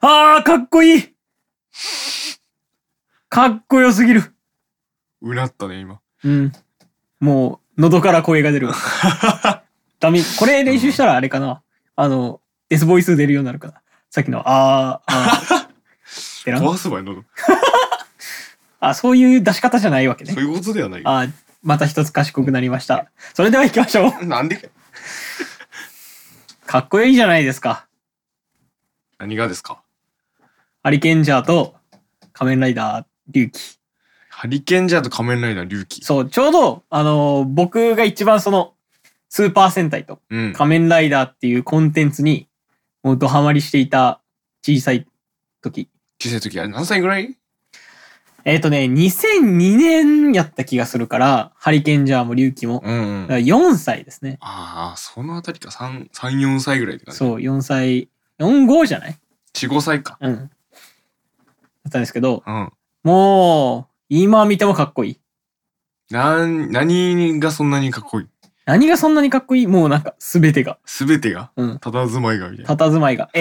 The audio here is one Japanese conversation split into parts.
かっこいい。かっこよすぎる。 うなったね、今。 うん。もう、喉から声が出る。ダメ。これ練習したらあれかな。S ボイス出るようになるかな。さっきの、ってな。 壊すばい、喉。 そういう出し方じゃないわけね。 そういうことではない。 また一つ賢くなりました。それでは行きましょう。 なんでかっこいいじゃないですか。 何がですか？ ハリケンジャーと仮面ライダー龍騎。 ハリケンジャーと仮面ライダー龍騎。 そう、ちょうど、僕が一番その、スーパー戦隊と仮面ライダーっていうコンテンツに、もうドハマりしていた小さい時。 小さい時は何歳ぐらい ？2002年やった気がするから、ハリケンジャーも龍騎も。4歳ですね。 そのあたりか。3、4歳ぐらいって感じ。 そう、4歳、4、5じゃない ?4、5歳か。 だったんですけど、もう、今見てもかっこいい。 何がそんなにかっこいい？ 何がそんなにかっこいい？もうなんか、すべてが。 すべてが佇まいがみたいな。 佇まいが。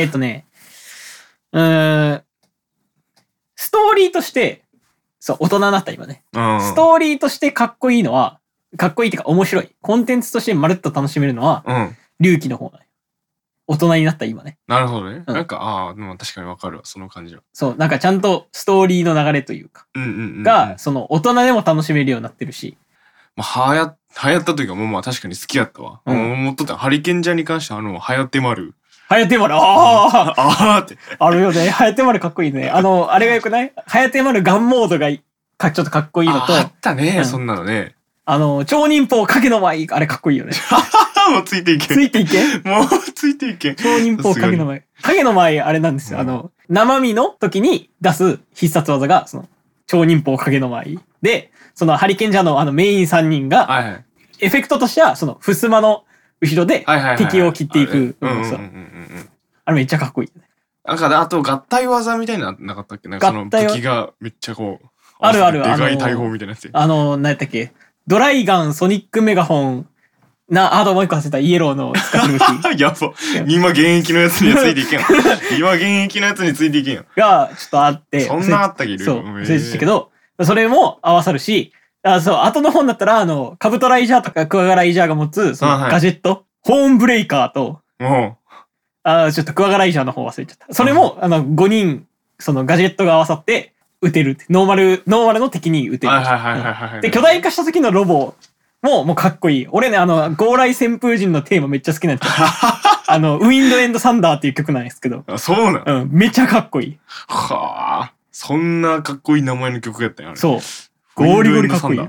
ストーリーとして、そう、大人になった今ね。ストーリーとしてかっこいいのは、かっこいいっていうか面白い。コンテンツとしてまるっと楽しめるのは、龍騎の方だよ。大人になった今ね。 なるほどね。なんか、確かにわかるわ、その感じは。 そう、なんかちゃんとストーリーの流れというか、が、その大人でも楽しめるようになってるし。 流行ったというか、まあ確かに好きやったわ。思っとった。ハリケンジャーに関しては、流行ってまる。 流行ってまる、 って。 あるよね。流行ってまるかっこいいね。あれがよくない？流行ってまるガンモードがちょっとかっこいいのと。 あったね、そんなのね。 超忍法影の舞、あれかっこいいよね。 もうついていけん。 ついていけん？ もうついていけん。 超忍法影の舞。影の舞、あれなんですよ。生身の時に出す必殺技が、超忍法影の舞で、ハリケンジャーのメイン3人が、エフェクトとしては、襖の後ろで敵を切っていく。あれめっちゃかっこいいよね。 なんか、あと合体技みたいなのなかったっけ？なんか武器がめっちゃこう、 あるある。 でかい大砲みたいなやつ。 何やったっけ？ドライガン、ソニックメガホン、もう一個忘れた、イエローの使ってる武器。 やば。今現役のやつについていけん。今現役のやつについていけんよ。 が、ちょっとあって。 そんなあったっけ？ そう、忘れてたけど、それも合わさるし、後の方になったら、カブトライジャーとかクワガライジャーが持つ、ガジェット、ホーンブレイカーと、ちょっとクワガライジャーの方忘れちゃった。それも、5人、ガジェットが合わさって、撃てるって。ノーマルの敵に撃てる。で、巨大化した時のロボもうかっこいい。俺ね、ゴーライ旋風陣のテーマめっちゃ好きなんですよ。ウィンドエンドサンダーっていう曲なんですけど。 そうなの？めちゃかっこいい。 はあ。そんなかっこいい名前の曲やったんや。 そう。ゴリゴリかっこいい。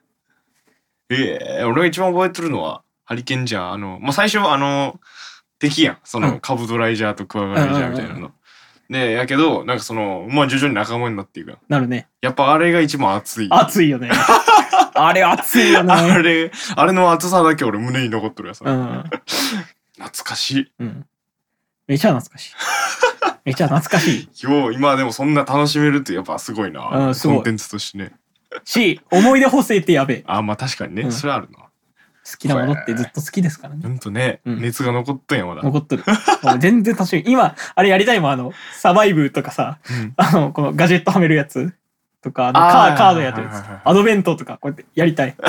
俺が一番覚えてるのは、ハリケンジャー、最初敵やん。カブトライジャーとクワガライジャーみたいなの。で、やけど、なんか徐々に仲間になっていくやん。 なるね。 やっぱあれが一番熱い。 熱いよね。あれ熱いよね。 あれの熱さだけ俺胸に残っとるやつ。懐かしい。 めちゃ懐かしい。めちゃ懐かしい。 今でもそんな楽しめるってやっぱすごいな。コンテンツとしてね。 思い出補正ってやべえ。 確かにね。それあるな。 好きなものってずっと好きですからね。 ほんとね。熱が残っとんや、まだ。 残っとる。全然楽しみ。今、あれやりたいもん、サバイブとかさ、このガジェットはめるやつとか、カードやってるやつ。アドベントとか、こうやってやりたい。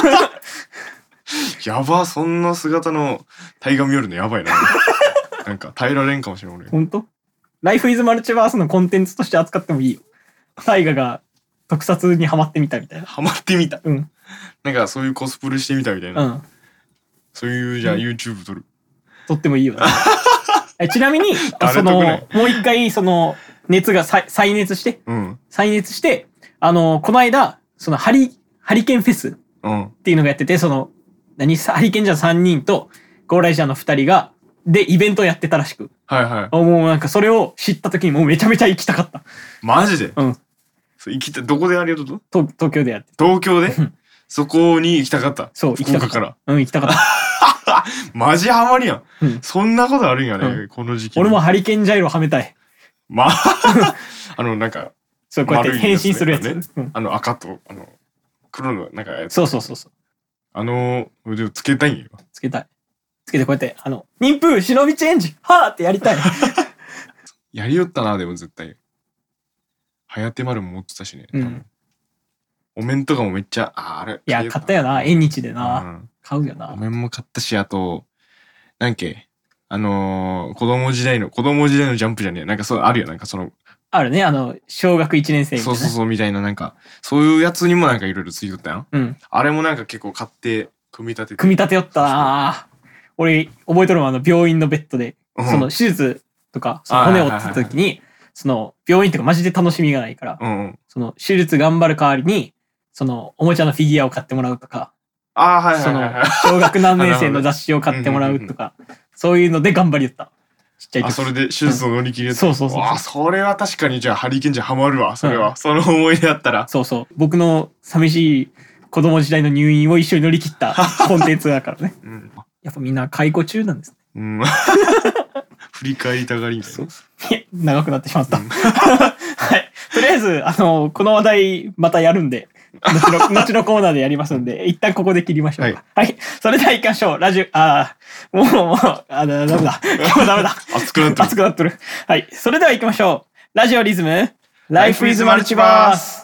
やば、そんな姿のタイガ見よるのやばいな。なんか耐えられんかもしれん、俺。 ほんと？ライフイズマルチバースのコンテンツとして扱ってもいいよ。タイガが特撮にハマってみたみたいな。 ハマってみた。なんかそういうコスプレしてみたみたいな。そういうじゃあ YouTube 撮る。 撮ってもいいよね。ちなみにもう一回熱が再熱して、この間ハリケンフェスっていうのがやってて、ハリケンジャー3人とゴーライジャーの2人がでイベントやってたらしく。もうなんかそれを知った時にもうめちゃめちゃ行きたかった。 マジで？どこでやるよと？ 東京でやって。 東京で？そこに行きたかった。 そう、行きたかった。行きたかった。 マジハマりやん。そんなことあるんやね、この時期。 俺もハリケンジャイロはめたい。 なんか、 そう、こうやって変身するやつ。 赤と、黒の、なんかやつ。 そう。 腕をつけたいんよ。 つけたい。つけてこうやって、忍風忍びチェンジはーってやりたい。 やりよったな、でも絶対。はやて丸も持ってたしね。お面とかもめっちゃ、あれ。 いや、買ったよな、縁日でな。買うよな。 お面も買ったし、あと、なんけ、子供時代のジャンプじゃねえ。なんかそう、あるよ。なんかその、 あるね、小学1年生みたいな。 そう、みたいな、なんか、そういうやつにもなんかいろいろついとったやん。 あれもなんか結構買って、組み立てよったな。俺、覚えとるもん、病院のベッドで、その手術とか、その骨を折った時に、その、病院とかマジで楽しみがないから、その、手術頑張る代わりに、その、おもちゃのフィギュアを買ってもらうとか、その、小学何年生の雑誌を買ってもらうとか、そういうので頑張りよった。ちっちゃい時。 それで手術を乗り切るやつ。 そう。 それは確かにじゃあハリケーンじゃハマるわ、それは。その思い出あったら。 そう。僕の寂しい子供時代の入院を一緒に乗り切ったコンテンツだからね。やっぱみんな解雇中なんですね。 振り返りたがりみたいな。 長くなってしまった。はい。とりあえず、この話題またやるんで、後のコーナーでやりますんで、一旦ここで切りましょう。はい。それでは行きましょう。ラジオ、ダメだ。今日ダメだ。 熱くなってる。はい。それでは行きましょう。ラジオリズム、Life is Multiverse。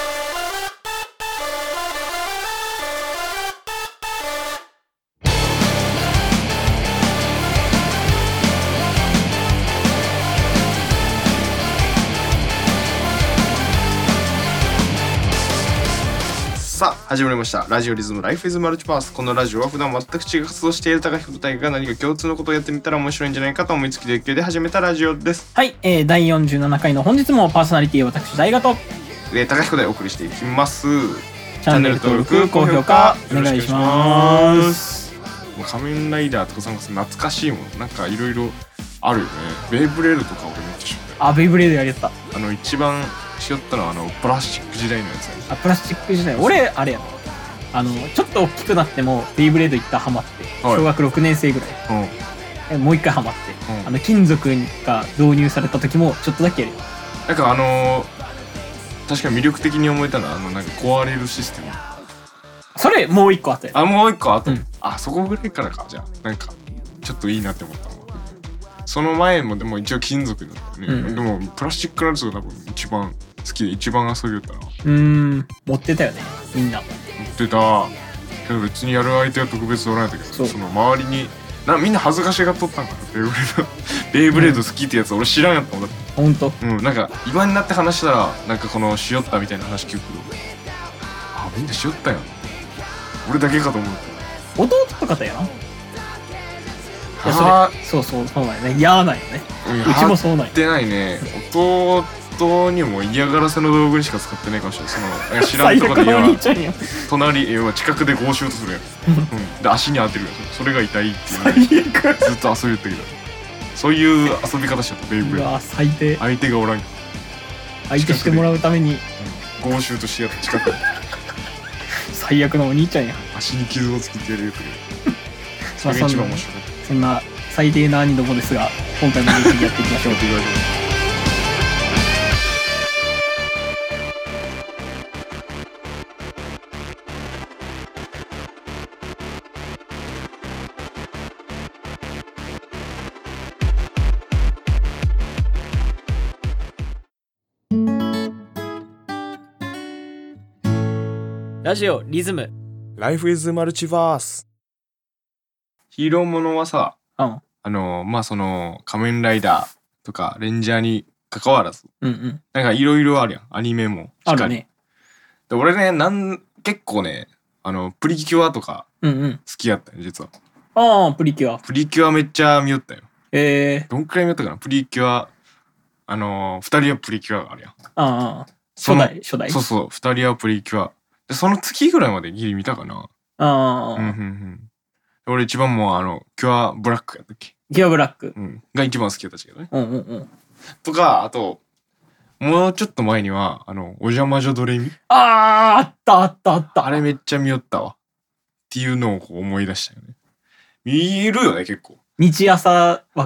さあ始まりましたラジオリズム Life is Multiverse。このラジオは普段全く違う活動をしている高彦と大が何か共通のことをやってみたら面白いんじゃないかと思いつきで勢いで始めたラジオです。 はい、第47回の本日もパーソナリティ私大がと高彦でお送りしていきます。 チャンネル登録高評価お願いします。 もう仮面ライダーとか懐かしいもん。なんかいろいろあるよね。ベイブレードとか俺めっちゃ知ってる。ベイブレードやりやった。 一番しよったのはプラスチック時代のやつや。 プラスチック時代。俺あれやちょっと大きくなってもベイブレード一旦ハマって、小学6年生ぐらい、もう一回ハマって、金属が導入された時もちょっとだけやるよ。 なんか確かに魅力的に思えたのはなんか壊れるシステム。 それもう一個あったよ。 もう一個あった、そこぐらいからか。じゃあなんかちょっといいなって思ったの。その前もでも一応金属だったよね、でもプラスチックのやつが多分一番好きで一番遊びよったな。 持ってたよね、みんな。 持ってたけど別にやる相手は特別おらんやったけど、その周りにみんな恥ずかしがっとったんかな。ベイブレード好きってやつ俺知らんやったもんだって。 ほんと？ なんか今になって話したらなんかこのしよったみたいな話聞くけど、みんなしよったやん。俺だけかと思う。 弟とかだよな。そうなんよね。嫌なんよね。うちもそうなんよ。 やってないね。弟にも嫌がらせの道具にしか使ってないかもしれない。知らんとこで隣近くで強襲とするやん。で足に当てるやん。それが痛いっていうのずっと遊びよったけど、そういう遊び方しちゃった。ベイブレード。 最低。 相手がおらん。 相手してもらうために強襲としてやった。近くで最悪のお兄ちゃんや。 足に傷をつけてやるよ。それが一番面白かった。 そんな最低な兄どもですが、今回もやっていきましょう。ラジオリズム Life is Multiverse。ヒーローものはさ、その仮面ライダーとかレンジャーに関わらず、なんかいろいろあるやん。アニメもあるね。 で俺ね、結構ね、プリキュアとか好きやったよ、実は。 プリキュアめっちゃ見よったよ。どんくらい見よったかな。プリキュア2人はプリキュアがあるやん。 初代。 そう2人はプリキュアで、その月ぐらいまでギリ見たかな。俺一番もうキュアブラックやったっけ。 キュアブラック、 が一番好きやったけどね。とか、あともうちょっと前にはお邪魔女ドレミ。 あった。 あれめっちゃ見よったわっていうのを思い出したよね。見るよね結構。 日朝枠ね。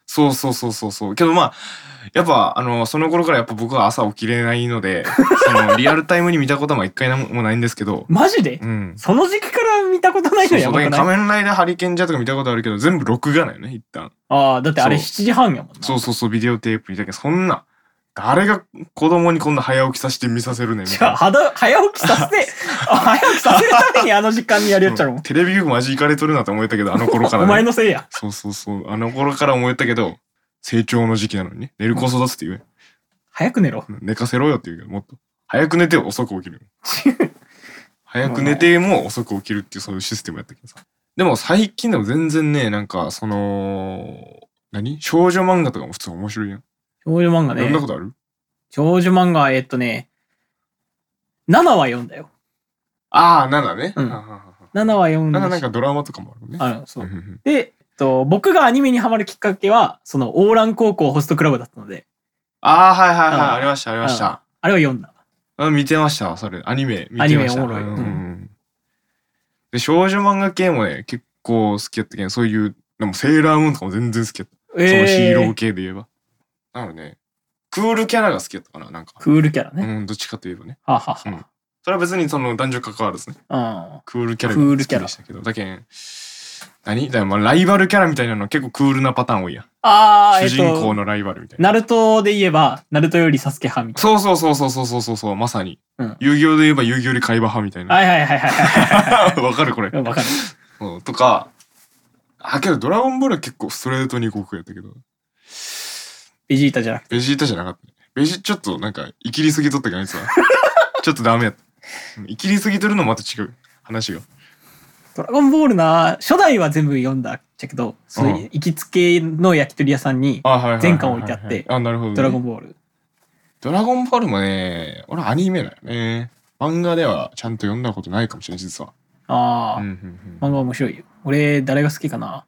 そうそうそうそうそう。けどまあ、やっぱその頃からやっぱ僕は朝起きれないので、そのリアルタイムに見たことは一回もないんですけど。 マジで？ うん。 その時期から見たことないのやばくない？ そうそう。仮面ライダーハリケーンジャーとか見たことあるけど、全部録画なんよね、一旦。 ああ、だってあれ7時半やもんな。 そうそうそう、ビデオテープ見たけど、そんな、誰が子供にこんな早起きさせて見させるねんみたいな。 早起きさせて、早起きさせるためにあの時間にやるやっちゃろ。 テレビ局マジいかれとるなと思えたけど、あの頃から、ね。 お前のせいや。 そうそうそう。あの頃から思えたけど、成長の時期なのにね。寝る子育つって言う。 早く寝ろ。 寝かせろよって言うけど、もっと。早く寝て遅く起きる。早く寝ても遅く起きるっていうそういうシステムやったけどさ。でも最近でも全然ね、なんかその、少女漫画とかも普通面白いやん。 少女漫画ね。 読んだことある？ 少女漫画、7は読んだよ。 ああ、7ね。 うん。7は読んだし。 7なんかドラマとかもあるね。 そう。で、僕がアニメにハマるきっかけは、その、オーラン高校ホストクラブだったので。 ああ、はいはいはい。ありました、ありました。 あれを読んだ。 見てました、それ。アニメ見てました。 アニメおもろい。 で、少女漫画系もね、結構好きやったけど、そういう、でもセーラームーンとかも全然好きやった。そのヒーロー系で言えば。なのね、クールキャラが好きやったかな、なんか。 クールキャラね。 うん、どっちかといえばね。 ははは。 それは別にその男女関わらずね。クールキャラが好きでしたけど。だけん、だからまあライバルキャラみたいなの結構クールなパターン多いやん。主人公のライバルみたいな。 ナルトで言えば、ナルトよりサスケ派みたいな。 そう、まさに。遊戯王で言えば遊戯より海馬派みたいな。 はい。 わかるこれ。 わかる。 とか、けどドラゴンボールは結構ストレートに動くやったけど。 ベジータじゃなくて。 ベジータじゃなかったね。ちょっとなんか、生きりすぎとったけどさ。ちょっとダメやった。生きりすぎとるのもまた違う。話が。 ドラゴンボールな、初代は全部読んだっちゃけど、そういう行きつけの焼き鳥屋さんに全巻置いてあって、 なるほど、ね。 ドラゴンボール。 ドラゴンボールもね、俺アニメだよね。漫画ではちゃんと読んだことないかもしれない、実は。 漫画面白いよ。俺、誰が好きかな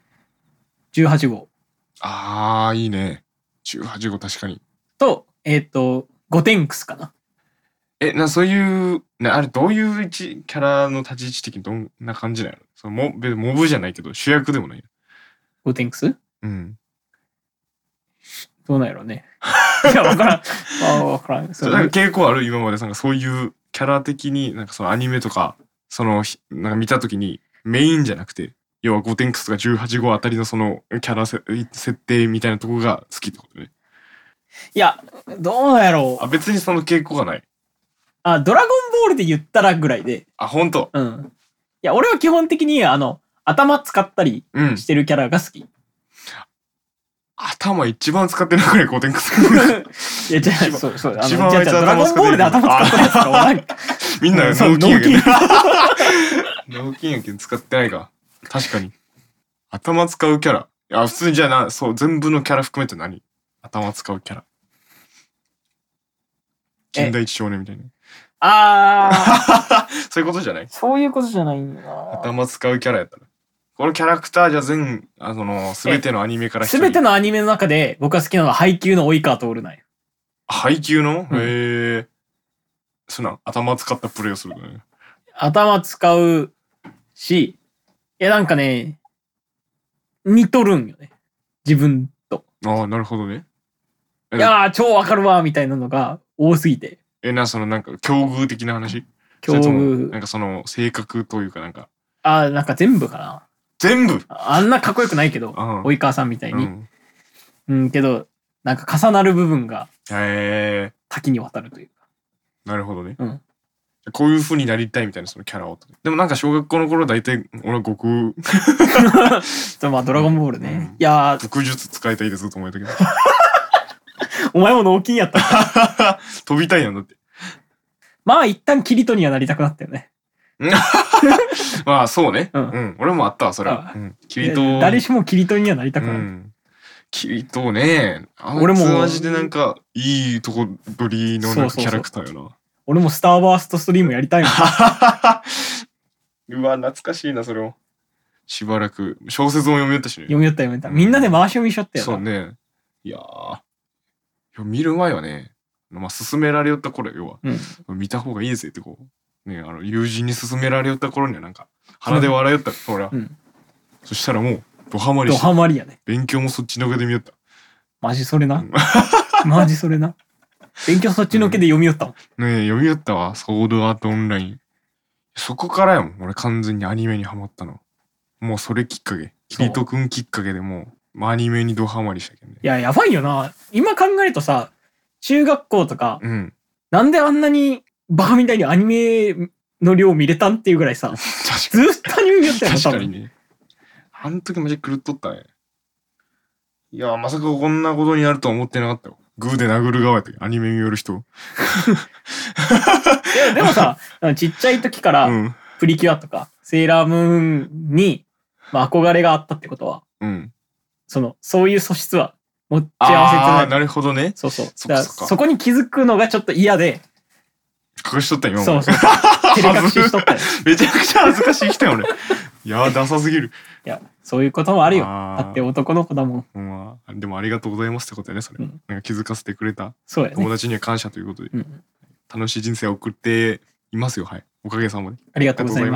?18 号。 いいね。18号確かに。 と、ゴテンクスかな。 そういう、あれどういうキャラの立ち位置的にどんな感じなの？そのモブじゃないけど主役でもない。 ゴテンクス？ うん。 どうなんやろうね。いや、わからん。わからん。 それなんか傾向ある今までなんかそういうキャラ的になんかそのアニメとか、その、なんか見たときにメインじゃなくて、要はゴテンクスとか18号あたりのそのキャラ設定みたいなとこが好きってことね。いや、どうやろう。 別にその傾向がない。 ドラゴンボールで言ったらぐらいで。 本当？ うん。いや、俺は基本的に頭使ったりしてるキャラが好き。 頭一番使ってるぐらいゴテンクス。 いや、じゃあ、そう。一番あいつドラゴンボールで頭使ってるやつがおらん。 みんな脳筋やけど。脳筋やけど使ってないか。確かに。頭使うキャラ。いや、普通にじゃあ全部のキャラ含めて何？頭使うキャラ。金田一少年みたいな。そういうことじゃない？ そういうことじゃないんだな。 頭使うキャラやったら。このキャラクターじゃ全てのアニメから全てのアニメの中で僕が好きなのは配給の及川徹なんよ。 配給の？頭使ったプレイをするのね。 頭使うし、なんかね、似とるんよね。自分と。 なるほどね。 いやー、超わかるわみたいなのが多すぎて。 なんか境遇的な話？ 境遇。 なんかその性格というかなんか。 なんか全部かな。 全部？ あんなかっこよくないけど、及川さんみたいに。けど、なんか重なる部分が多岐にわたるというか。 なるほどね。こういう風になりたいみたいなそのキャラを。でもなんか小学校の頃大体俺は悟空。 まあドラゴンボールね。いやー。武術使いたいですと思ったけど。 お前も脳筋やった。 飛びたいやんだって。 まあ一旦キリトにはなりたくなったよね。 まあそうね。俺もあったわそれは。キリト。 誰しもキリトにはなりたくない。 キリトね。俺もマジでなんかいいとこ取りのなんかキャラクターよな。 俺もスターバーストストリームやりたいもん。 うわ懐かしいなそれを。しばらく小説も読みよったしね。 読みよった。みんなで回し読みしよったよな。 そうね。いや見る前はね、勧められよった頃要は、見た方がいいぜってこうね友人に勧められよった頃にはなんか鼻で笑いよった俺は。そしたらもうドハマりドハマりやね。 勉強もそっちのけで見よった。 マジそれな。マジそれな。勉強そっちのけで読みよったもん。 ねえ、読みよったわ。ソードアートオンライン。そこからやもん。俺完全にアニメにハマったの。もうそれきっかけ。キリトくんきっかけでもうアニメにドハマりしたけどね。 いや、やばいよな。今考えるとさ、中学校とか、 うん。 なんであんなにバカみたいにアニメの量見れたんっていうぐらいさ、ずっとアニメ見よったよな、 確かにね。あの時マジ狂っとったね。いや、まさかこんなことになるとは思ってなかったよ。グーで殴る側やったアニメ見よる人。 いや、でもさ、ちっちゃい時からプリキュアとか、セーラームーンに、まあ、憧れがあったってことは、 うん。 そういう素質は持ち合わせてない。 ああ、なるほどね。 そう。そこに気づくのがちょっと嫌で。 隠しとった今そう。照れ隠ししとったよ。 めちゃくちゃ恥ずかしい人よ俺。いやダサすぎる。 いや、そういうこともあるよ。だって男の子だもん。でもありがとうございますってことやね、それ。なんか気づかせてくれた。 そうやね。 友達には感謝ということで。楽しい人生を送っていますよ、はい。おかげさまで。 ありがとうございます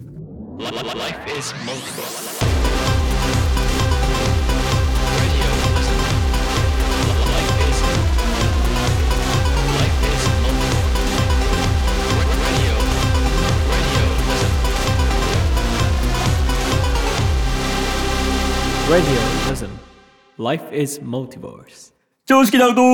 。Radio Listen. Life is Multiverse. 常識ナウト。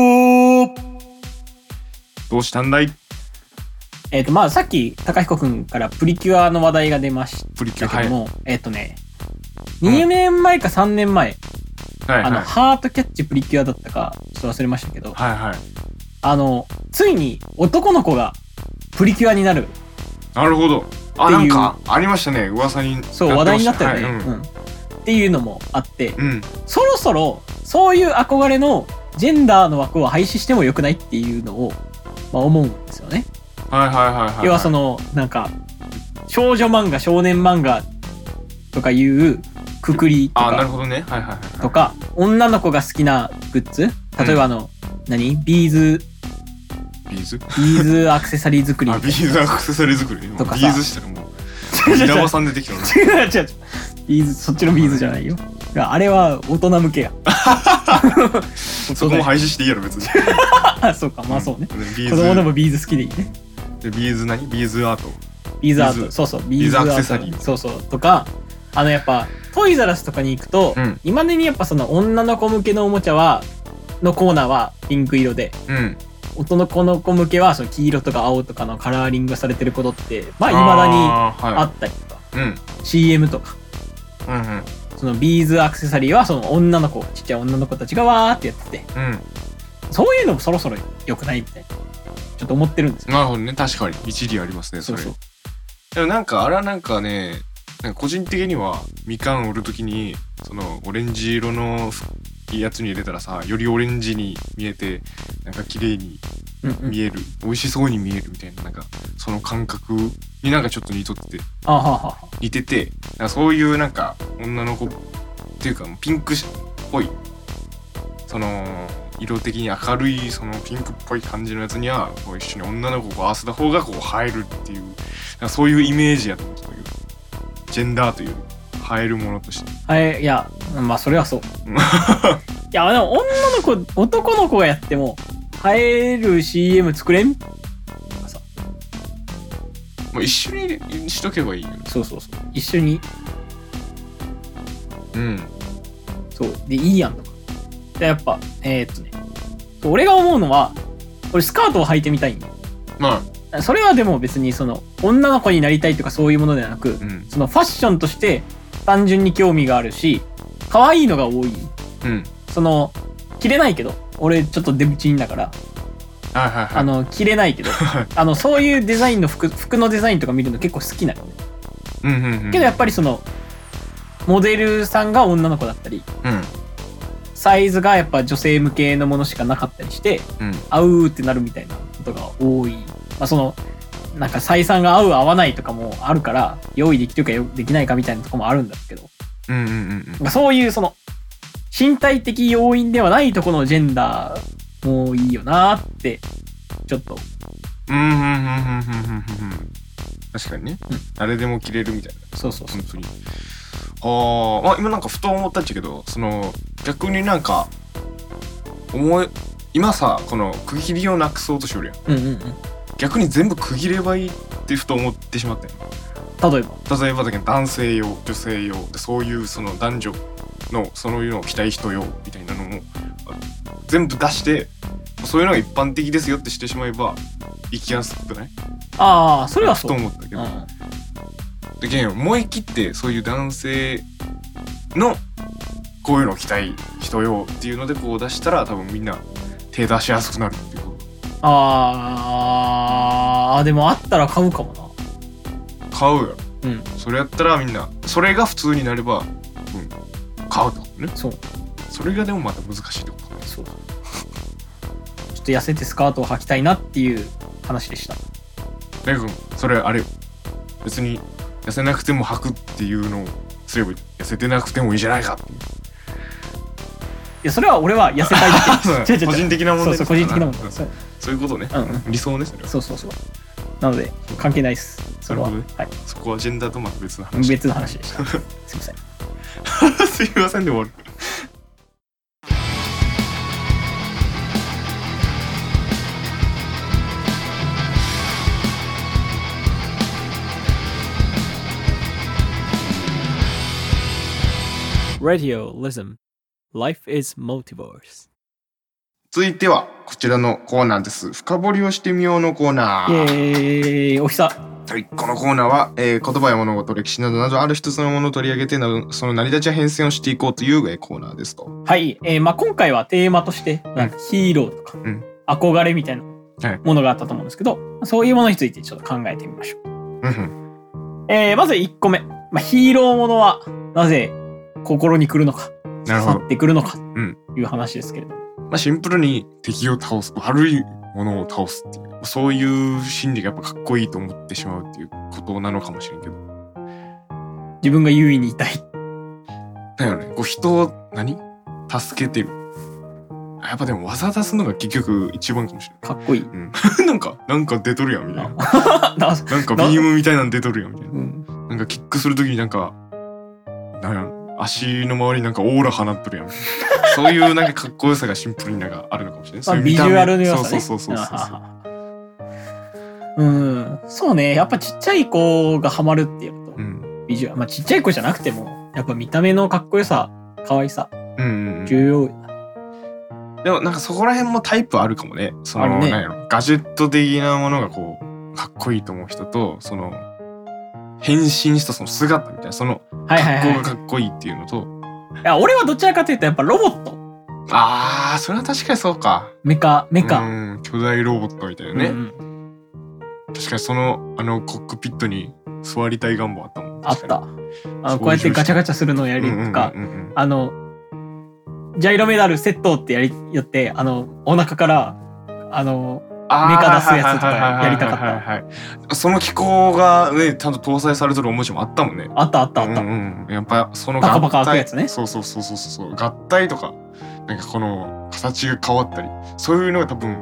どうしたんだい？ まあさっき高彦くんからプリキュアの話題が出ましたけども、はい、2年前か3年前、ハートキャッチプリキュアだったかちょっと忘れましたけど、ついに男の子がプリキュアになる。 なるほど。なんかありましたね、噂に。 そう話題になったよね。っていうのもあって、そろそろそういう憧れのジェンダーの枠を廃止してもよくないっていうのを、思うんですよね。要はなんか少女漫画少年漫画とかいうくくりとか、 なるほどね。 とか女の子が好きなグッズ、例えばビーズアクセサリー作りビーズアクセサリー作りとかさ、ビーズしたらもう稲葉さん出てきたの。 違うビーズ、そっちのビーズじゃないよ。あれは大人向けや。 そこも廃止していいやろ別に。 そうか、まあそうね。子供でもビーズ好きでいいね。 ビーズビーズアート。 ビーズアート、そうビーズアクセサリー、そうとか、やっぱトイザらスとかに行くと、今までにやっぱ女の子向けのおもちゃのコーナーはピンク色で、男の子向けは黄色とか青とかのカラーリングされてることって未だにあったりとか、CM とか。そのビーズアクセサリーは女の子、ちっちゃい女の子たちがわーってやってて、そういうのもそろそろ良くないみたいなちょっと思ってるんですよ。 なるほどね。確かに一理ありますね、それ。でもなんかあれはなんかね、個人的にはみかんを売るときにオレンジ色のやつに入れたらさ、よりオレンジに見えてなんか綺麗に見える、美味しそうに見えるみたいな、なんかその感覚になんかちょっと似てて、そういうなんか女の子っていうかピンクっぽい色的に明るいピンクっぽい感じのやつには一緒に女の子を合わせた方が映えるっていう、そういうイメージやと思ったけど、ジェンダーという映えるものとして。 いや、まあそれはそう。いやでも男の子がやっても映える CM 作れんとかさ。 一緒にしとけばいいよ。 そう一緒に。そうでいいやんとか。でやっぱ俺が思うのは、俺スカートを履いてみたいんだよ。それはでも別に女の子になりたいとかそういうものではなく、ファッションとして単純に興味があるし、可愛いのが多い。着れないけど、俺ちょっとデブチンだから、着れないけど、そういうデザインの服のデザインとか見るの結構好きなのね。けどやっぱりモデルさんが女の子だったり、サイズがやっぱ女性向けのものしかなかったりして、合うってなるみたいなことが多い。なんか採算が合う合わないとかもあるから、用意できるかできないかみたいなとこもあるんだけど、そういう身体的要因ではないとこのジェンダーもいいよなってちょっと。 確かにね、誰でも着れるみたいな。 そう。 本当にまあ今なんかふと思ったっちゃけど、その逆になんか今さこの区切りをなくそうとしよるやん。 うんうんうん。 逆に全部区切ればいいってふと思ってしまったよ。 例えばだけど男性用女性用でそういうその男女のそういうのを着たい人用みたいなのも全部出してそういうのが一般的ですよってしてしまえば生きやすくない？ ああ、それはそう。 と思ったけど。でけん思い切ってそういう男性のこういうのを着たい人用っていうのでこう出したら多分みんな手出しやすくなるっていうこと。 でもあったら買うかもな。 買うよ。 うん。 それやったらみんなそれが普通になれば、買うってことね。 そう。 それがでもまた難しいってことね。 そう。ちょっと痩せてスカートを履きたいなっていう話でした。 レイ君、それあれよ。別に痩せなくても履くっていうのをすれば痩せてなくてもいいじゃないかっていう。 いやそれは俺は痩せたいだけ。 個人的な問題。 そう個人的な問題。 そういうことね。理想ねそれは。 そう。なので関係ないです。それは。 はい。そこはジェンダーとまた別の話。 別の話でした。すいません。 すいませんで終わる。 Radioism Life is Multiverse。 続いてはこちらのコーナーです。深掘りをしてみようのコーナー。 お久。 はい、このコーナーは、言葉や物事、歴史などなどある一つのものを取り上げてその成り立ちや変遷をしていこうという、コーナーですと。 はい、今回はテーマとしてなんかヒーローとか、憧れみたいなものがあったと思うんですけど、そういうものについてちょっと考えてみましょう。まず1個目、ヒーローものはなぜ心に来るのか、刺さってくるのかという話ですけれども、 シンプルに敵を倒す、悪いものを倒すっていう、そういう心理がやっぱかっこいいと思ってしまうっていうことなのかもしれんけど、 自分が優位にいたいだよね。こう人を助けてる。やっぱでも技出すのが結局一番かもしれない。 かっこいい。 なんか出とるやんみたいな。なんかビームみたいなの出とるやんみたいな。なんかキックするときに足の周りにオーラ放っとるやん。そういうかっこよさがシンプルにあるのかもしれない。そういうビジュアルの良さね。 そう。 そうね。やっぱちっちゃい子がハマるっていうと、ビジュアル、ちっちゃい子じゃなくてもやっぱ見た目のかっこよさ、可愛さ、重要。 でもそこら辺もタイプあるかもね。そのガジェット的なものがこうかっこいいと思う人と、その変身したその姿みたいな、その格好がかっこいいっていうのと、 いや俺はどちらかというとやっぱロボット。 それは確かにそうか。 メカ巨大ロボットみたいなね。確かにそのコックピットに座りたい願望あったもん。 あった。こうやってガチャガチャするのをやりとか、ジャイロメダルセットってやってお腹からメカ出すやつとかやりたかった。 その機構がねちゃんと搭載されてるおもちゃもあったもんね。 あった。 やっぱそのパカパカ開くやつね。 そう。合体とかこの形が変わったり、そういうのが多分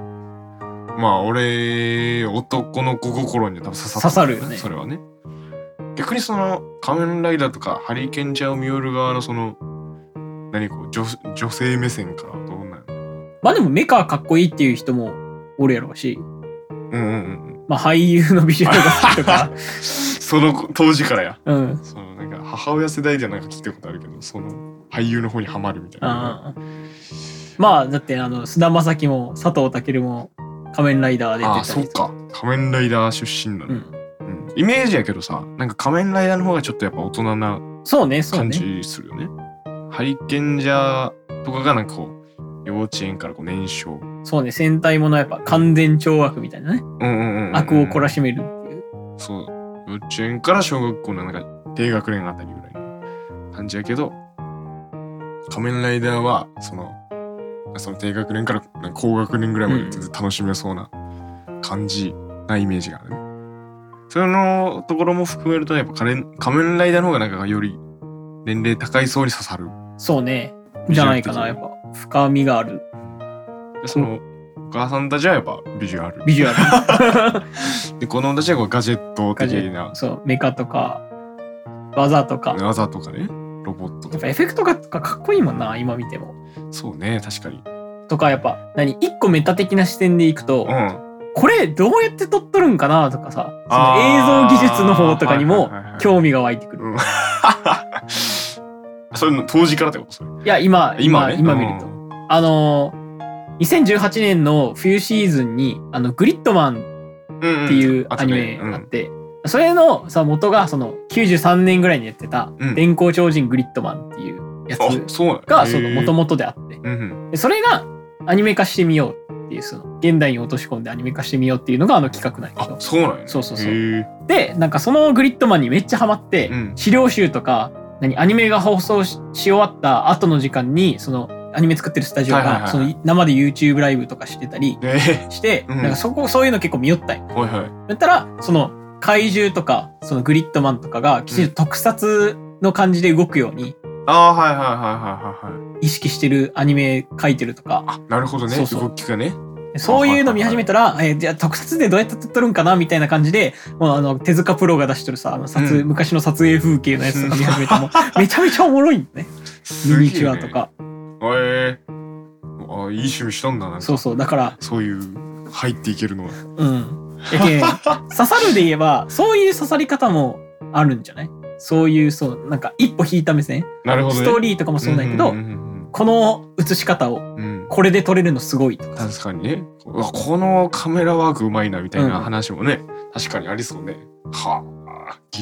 俺男の子心には多分刺さるよね。それはね。逆にその仮面ライダーとかハリケンジャーを見よる側のその女性目線からどうなる？ でもメカかっこいいっていう人もおるやろうし、俳優のビジュアルが好きとかその当時からや。 その母親世代では聞いたことあるけど、その俳優の方にハマるみたいな。 だって菅田将暉も佐藤健も仮面ライダーで出てたり。 そうか、仮面ライダー出身なの。イメージやけどさ、仮面ライダーの方がちょっとやっぱ大人な感じするよね。ハリケンジャーとかが幼稚園から年少。 そうね、戦隊ものやっぱ完全懲悪みたいなね。悪を懲らしめるっていう。 そう。幼稚園から小学校の低学年あたりぐらいの感じやけど、仮面ライダーはその低学年から高学年ぐらいまで楽しめそうな感じなイメージがあるね。そのところも含めるとやっぱ仮面ライダーの方がより年齢高い層に刺さる。 そうね。じゃないかな。やっぱ深みがある。 でそのお母さんたちはやっぱビジュアル。で子供たちはガジェット的な。 そう、メカとか技とかね。 ロボットとか。 やっぱエフェクトがかっこいいもんな、今見ても。 そうね、確かに。 とかやっぱ一個メタ的な視点でいくと、これどうやって撮っとるんかなとかさ、その映像技術の方とかにも興味が湧いてくる。 それの当時からってこと？それ。 いや今見ると、2018年の冬シーズンにグリッドマンっていうアニメがあって、それのさ元がその93年ぐらいにやってた電光超人グリッドマンっていうやつがその元々であって、でそれがアニメ化してみようっていう、その現代に落とし込んでアニメ化してみようっていうのが企画なんやけど。 そうなんやね。 そう。でなんかそのグリッドマンにめっちゃハマって、資料集とかアニメが放送 し終わった後の時間にそのアニメ作ってるスタジオがその生で YouTube ライブとかしてたりして、なんかそういうの結構見よったんや。だったらその怪獣とかそのグリッドマンとかがきちんと特撮の感じで動くように意識してるアニメ描いてるとか。 なるほどね。動きがね。 そういうの見始めたら、じゃあ特撮でどうやって撮っとるんかなみたいな感じで、もう手塚プロが出してるさ、昔の撮影風景のやつとか見始めてもめちゃめちゃおもろいんだね。ミニチュアとか。 いい趣味したんだな。 そうだからそういう入っていけるのは。 刺さるで言えばそういう刺さり方もあるんじゃない？そういうなんか一歩引いた目線。 なるほどね。 ストーリーとかもそうだけど、この映し方をこれで撮れるのすごいとか。 確かにね。このカメラワークうまいなみたいな話もね、確かにありそうね。技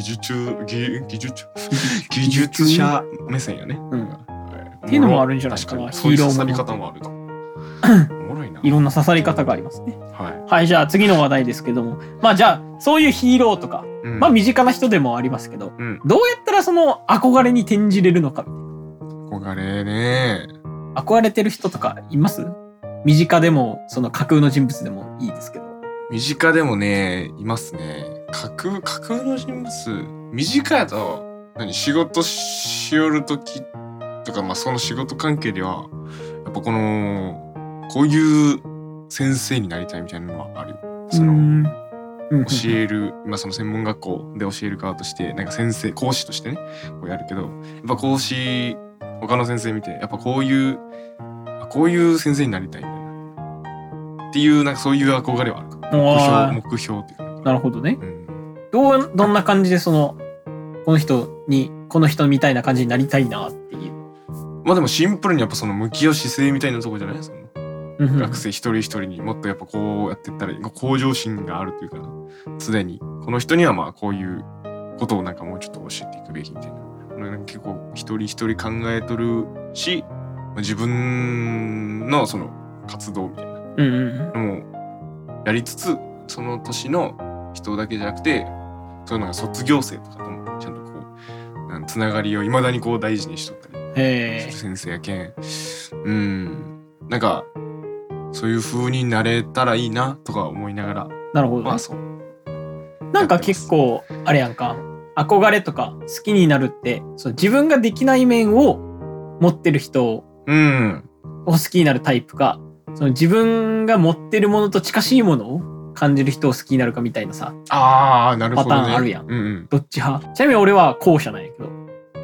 術者目線やね。 っていうのもあるんじゃないかな。 そういう刺さり方もあると。おもろいな。 いろんな刺さり方がありますね。はい、じゃあ次の話題ですけども、じゃあそういうヒーローとか、身近な人でもありますけど、どうやったらその憧れに転じれるのかみたいな。 憧れね。 憧れてる人とかいます？身近でもその架空の人物でもいいですけど。 身近でもね、いますね。架空の人物。身近やと仕事しよるときとか、その仕事関係ではやっぱこういう先生になりたいみたいなのはあるよ。教える、その専門学校で教える側としてなんか講師としてねこうやるけど、やっぱ他の先生見てやっぱこういう先生になりたいみたいなっていうなんかそういう憧れはあるか。目標っていうか。 なるほどね。どんな感じでこの人みたいな感じになりたいなっていう。 でもシンプルにやっぱその向き合う姿勢みたいなとこじゃない？学生一人一人にもっとやっぱこうやっていったら向上心があるというか、常にこの人にはこういうことをなんかもうちょっと教えていくべきみたいな、結構一人一人考えとるし、自分のその活動みたいなのもやりつつ、その年の人だけじゃなくてそういうのが卒業生とかともちゃんとつながりをいまだに大事にしとったり先生やけん、なんかそういう風になれたらいいなとか思いながら。 なるほど。なんか結構あれやんか、憧れとか好きになるって自分ができない面を持ってる人を好きになるタイプか、自分が持ってるものと近しいものを感じる人を好きになるかみたいなさ、 なるほどね、 パターンあるやん。どっち派？ちなみに俺は後者なんやけど。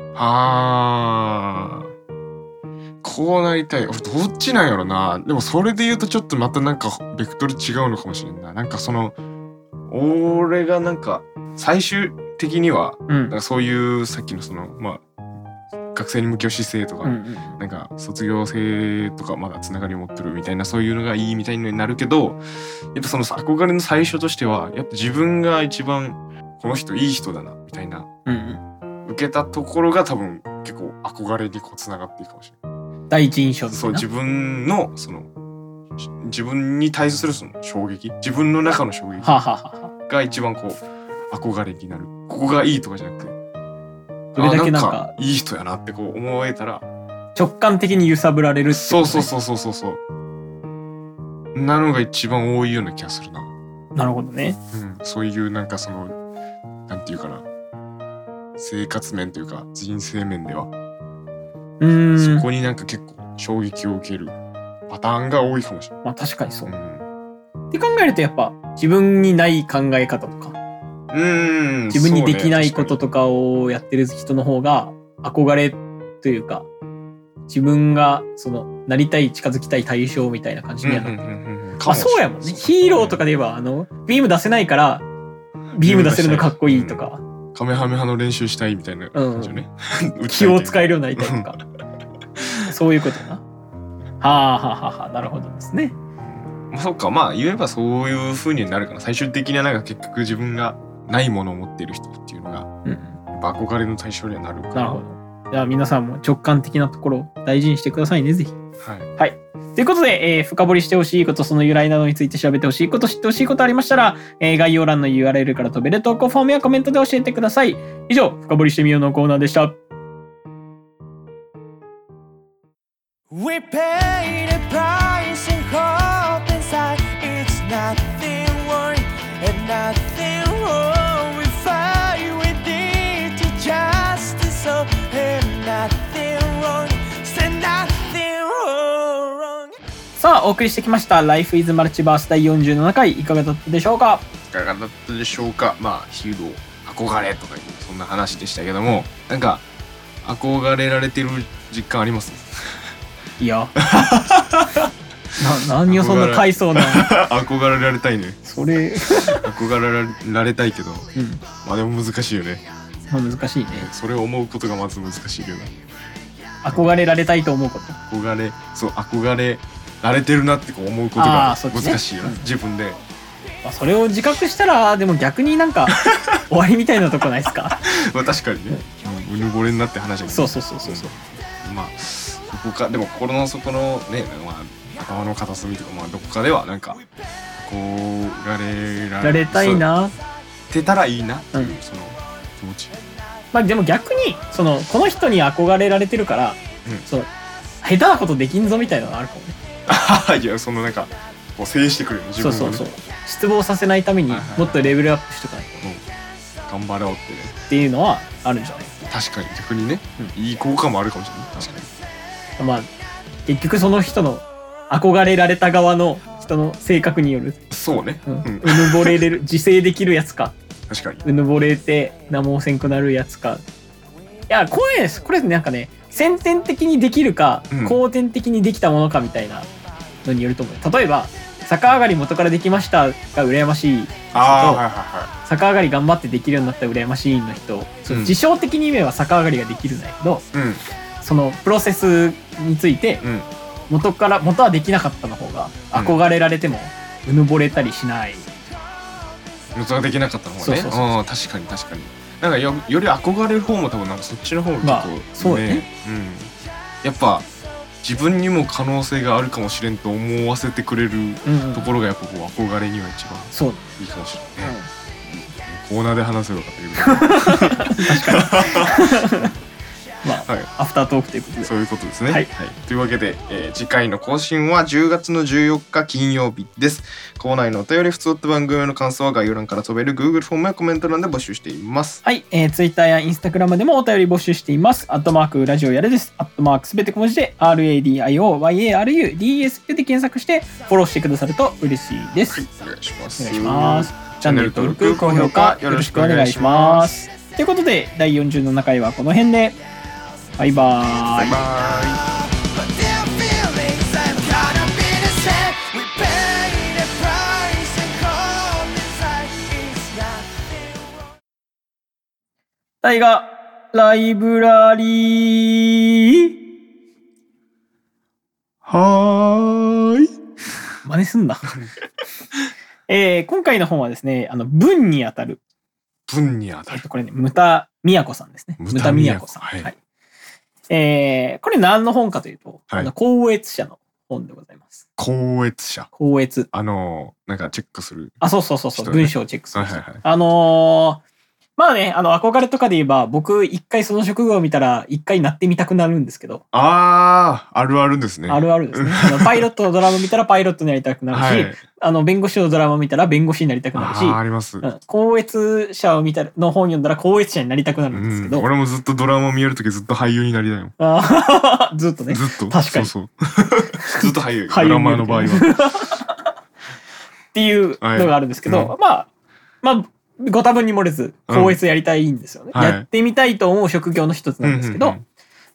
こうなりたい。俺どっちなんやろな。でもそれで言うとちょっとまたなんかベクトル違うのかもしれんな。なんか俺がなんか最終的には、なんかそういうさっきの学生に向き合う姿勢とか、なんか卒業生とかまだつながりを持ってるみたいな、そういうのがいいみたいになるけど、やっぱその憧れの最初としてはやっぱ自分が一番この人いい人だなみたいな、受けたところが多分結構憧れにつながっていくかもしれない。 第一印象ですね。 そう自分に対するその衝撃、自分の中の衝撃が一番憧れになる。ここがいいとかじゃなくて、 どれだけなんかいい人やなって思えたら直感的に揺さぶられるってことね。 そうなのが一番多いような気がするな。 なるほどね。 そういうなんかなんていうかな、生活面というか人生面ではそこになんか結構衝撃を受けるパターンが多いかもしれない。 確かにそう。って考えるとやっぱ自分にない考え方とか、自分にできないこととかをやってる人の方が憧れというか、自分がなりたい近づきたい対象みたいな感じにはなる。まあそうやもんね。ヒーローとかで言えばビーム出せないからビーム出せるのかっこいいとか、 カメハメハの練習したいみたいな感じよね。 気を使えるようになりたいとかそういうことな。はあはあはあ、なるほどですね。 そっか、まあ言えばそういう風になるかな。最終的にはなんか結局自分がないものを持っている人っていうのが、やっぱ憧れの対象にはなるから。 なるほど。じゃあ皆さんも直感的なところを大事にしてくださいね、ぜひ。はい。ということで、深掘りしてほしいこと、その由来などについて調べてほしいこと、知ってほしいことありましたら、概要欄の URL から飛べる投稿フォームやコメントで教えてください。以上、深掘りしてみようのコーナーでした。We pay the price and hope inside. It's nothing wrong and nothing wrong. We fight with it to justice, so and nothing wrong. Say nothing wrong. さあ、お送りしてきました Life is Multiverse 第47回いかがだったでしょうか。 いかがだったでしょうか。まあヒーロー憧れとかいうそんな話でしたけども、なんか憧れられてる実感あります？ いや何をそんな回想な憧れられたいね。 それ憧れられたいけど、まあでも難しいよね。 まあ難しいね。 それを思うことがまず難しいよね。 憧れられたいと思うこと。 憧れられてるなってこう思うことが難しいよ、ね、自分で。 それを自覚したらでも逆になんか終わりみたいなとこないですか？ まあ確かにね。うぬぼれになって話だけど。 そう。 まあでも心の底のね、まあ、頭の片隅とか、まあ、どこかではなんか憧れられたいなってたらいいなっていう、その気持ち。 まあでも逆にこの人に憧れられてるから、下手なことできんぞみたいなのがあるかもね。 いやなんかこう制してくるよ自分を、ね、 そう失望させないためにもっとレベルアップしとかないと、頑張ろうってねっていうのはあるんじゃない？ 確かに逆にね、いい効果もあるかもしれない。確かに。 まあ結局その人の憧れられた側の人の性格による。 そうね。 うぬぼれれる自制できるやつか。 確かに。 うぬぼれて何もせんくなるやつか。いやこれなんかね、先天的にできるか、後天的にできたものかみたいなのによると思う。例えば逆上がり元からできましたが羨ましい人と、逆上がり頑張ってできるようになったら羨ましいの人、自称的に言えば逆上がりができるんだけど、そのプロセスについて、元はできなかったの方が憧れられてもうぬぼれたりしない。 元ができなかったの方がね。確かに。なんかより憧れる方も多分なんかそっちの方が結構、 そうね。 やっぱ自分にも可能性があるかもしれんと思わせてくれるところがやっぱこう憧れには一番いいかもしれないね。コーナーで話せばよかったけど確かにまあ、アフタートークということでそういうことですね。というわけで、次回の更新は10月の14日金曜日です。コーナーのお便り、ふつおった番組の感想は概要欄から飛べる Google フォームやコメント欄で募集しています。はい、Twitter や Instagram でもお便り募集しています。@ラジオやれです。@すべて小文字で RADIOYARUDS で検索してフォローしてくださると嬉しいです。お願いします。チャンネル登録、高評価よろしくお願いします。ということで第47回はこの辺で。バイバーイ。タイガライブラリー。はーい。真似すんな。今回の本はですね、文にあたる。文にあたる。これね、牟田美子さんですね。牟田美子さん。はい。これ何の本かというと、校閲社の本でございます。校閲社。校閲。なんかチェックする。そう。文章をチェックする。まあね、憧れとかで言えば、僕一回その職業を見たら一回なってみたくなるんですけど。あるあるですね。あるあるですね。パイロットのドラマ見たらパイロットになりたくなるし、弁護士のドラマ見たら弁護士になりたくなるし、あります。校閲者を見たの本読んだら校閲者になりたくなるんですけど。俺もずっとドラマ見えるときずっと俳優になりたいよ。ずっとね。ずっと。確かに。そう。ずっと俳優。ドラマの場合は。っていうのがあるんですけど、まあ、ご多分に漏れず、校閲やりたいんですよね。やってみたいと思う職業の一つなんですけど、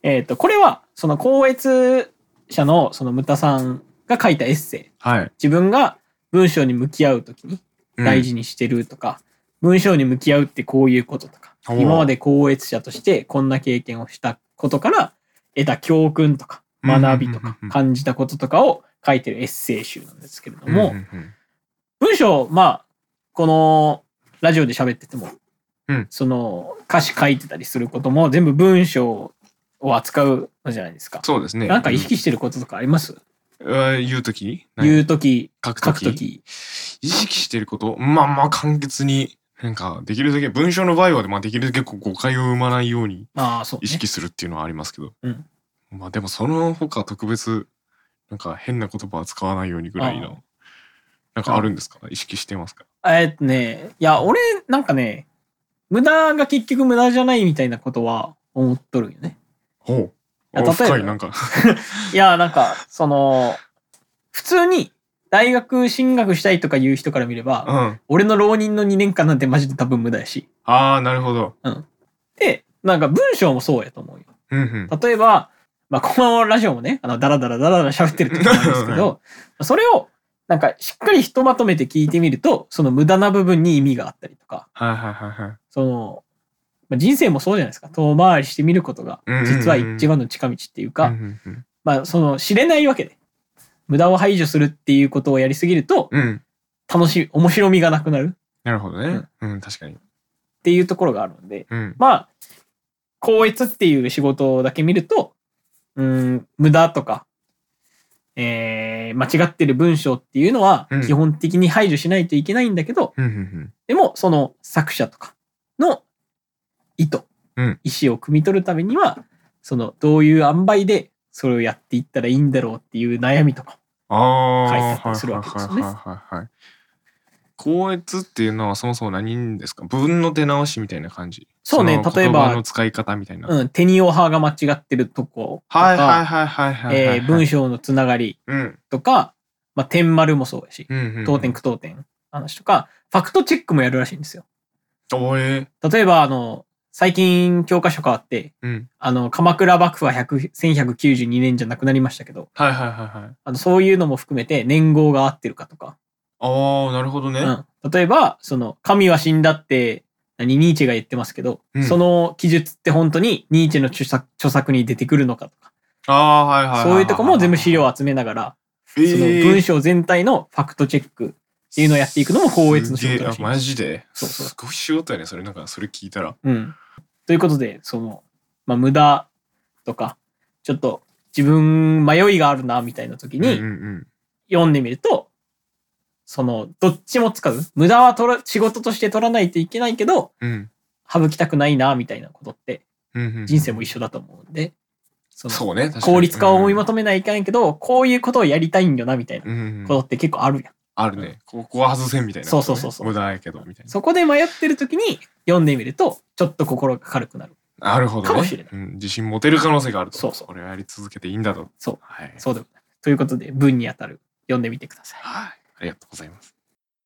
これはその校閲者のそのムタさんが書いたエッセイ、 はい、 自分が文章に向き合うときに大事にしてるとか、文章に向き合うってこういうこととか、今まで校閲者としてこんな経験をしたことから得た教訓とか学びとか感じたこととかを書いてるエッセイ集なんですけれども、文章、まあこのラジオで喋ってても、その歌詞書いてたりすることも全部文章を扱うのじゃないですか。 そうですね。 なんか意識してることとかあります？ 言うとき、 書くとき。 意識してること、まあ簡潔に、なんかできるだけ文章の場合はできるだけ誤解を生まないように意識するっていうのはありますけど、まあでもその他特別なんか変な言葉は使わないようにぐらいのなんかあるんですか？意識してますか？ いや俺なんかね、無駄が結局無駄じゃないみたいなことは思っとるんよね。 ほう。深いなんかいやなんかその普通に大学進学したいとかいう人から見れば、俺の浪人の2年間なんてマジで多分無駄やし。 ああ、なるほど。 で、なんか文章もそうやと思うよ。例えば、まあこのラジオもね、ダラダラ喋ってるってことなんですけど、それをなんかしっかりひとまとめて聞いてみると、その無駄な部分に意味があったりとか、その人生もそうじゃないですか。遠回りしてみることが実は一番の近道っていうか、まあその知れないわけで。無駄を排除するっていうことをやりすぎると、面白みがなくなる。 なるほどね。確かに。 っていうところがあるので、まあ、校閲っていう仕事だけ見ると、無駄とか、間違ってる文章っていうのは基本的に排除しないといけないんだけど、でもその作者とかの意図、意思を汲み取るためには、そのどういう塩梅でそれをやっていったらいいんだろうっていう悩みとか書いてあったりするわけですよね。 校閲っていうのはそもそも何ですか？文の出直しみたいな感じ？ そうね、例えば言葉の使い方みたいな。 テニオ派が間違ってるとことか、文章のつながりとか、まあ点丸もそうやし、当点句当点話とか、ファクトチェックもやるらしいんですよ。例えば最近教科書変わって、鎌倉幕府は1192年じゃなくなりましたけど、そういうのも含めて年号が合ってるかとか。 ああ、なるほどね。 例えば、その神は死んだってニーチェが言ってますけど、その記述って本当にニーチェの著作に出てくるのかとか。そういうとこも全部資料を集めながら、その文章全体のファクトチェックっていうのをやっていくのも校閲の仕事らしい。 マジで？ そう。 すごい仕事やね、それ。なんかそれ聞いたら。 ということで、無駄とか、ちょっと自分迷いがあるな、みたいな時に、読んでみると、どっちも使う。無駄は仕事として取らないといけないけど、省きたくないな、みたいなことって、人生も一緒だと思うんで、 そうね、 効率化を追い求めないといけないけど、こういうことをやりたいんよな、みたいなことって結構あるやん。 あるね。ここは外せんみたいな。 そう。 無駄やけど、みたいな。 そこで迷ってる時に読んでみると、ちょっと心が軽くなる。 なるほどね。 かもしれない。 自信持てる可能性があると。 そう。 これをやり続けていいんだと。 そう。そうでもない。ということで、文にあたる。読んでみてください。 はい。ありがとうございます。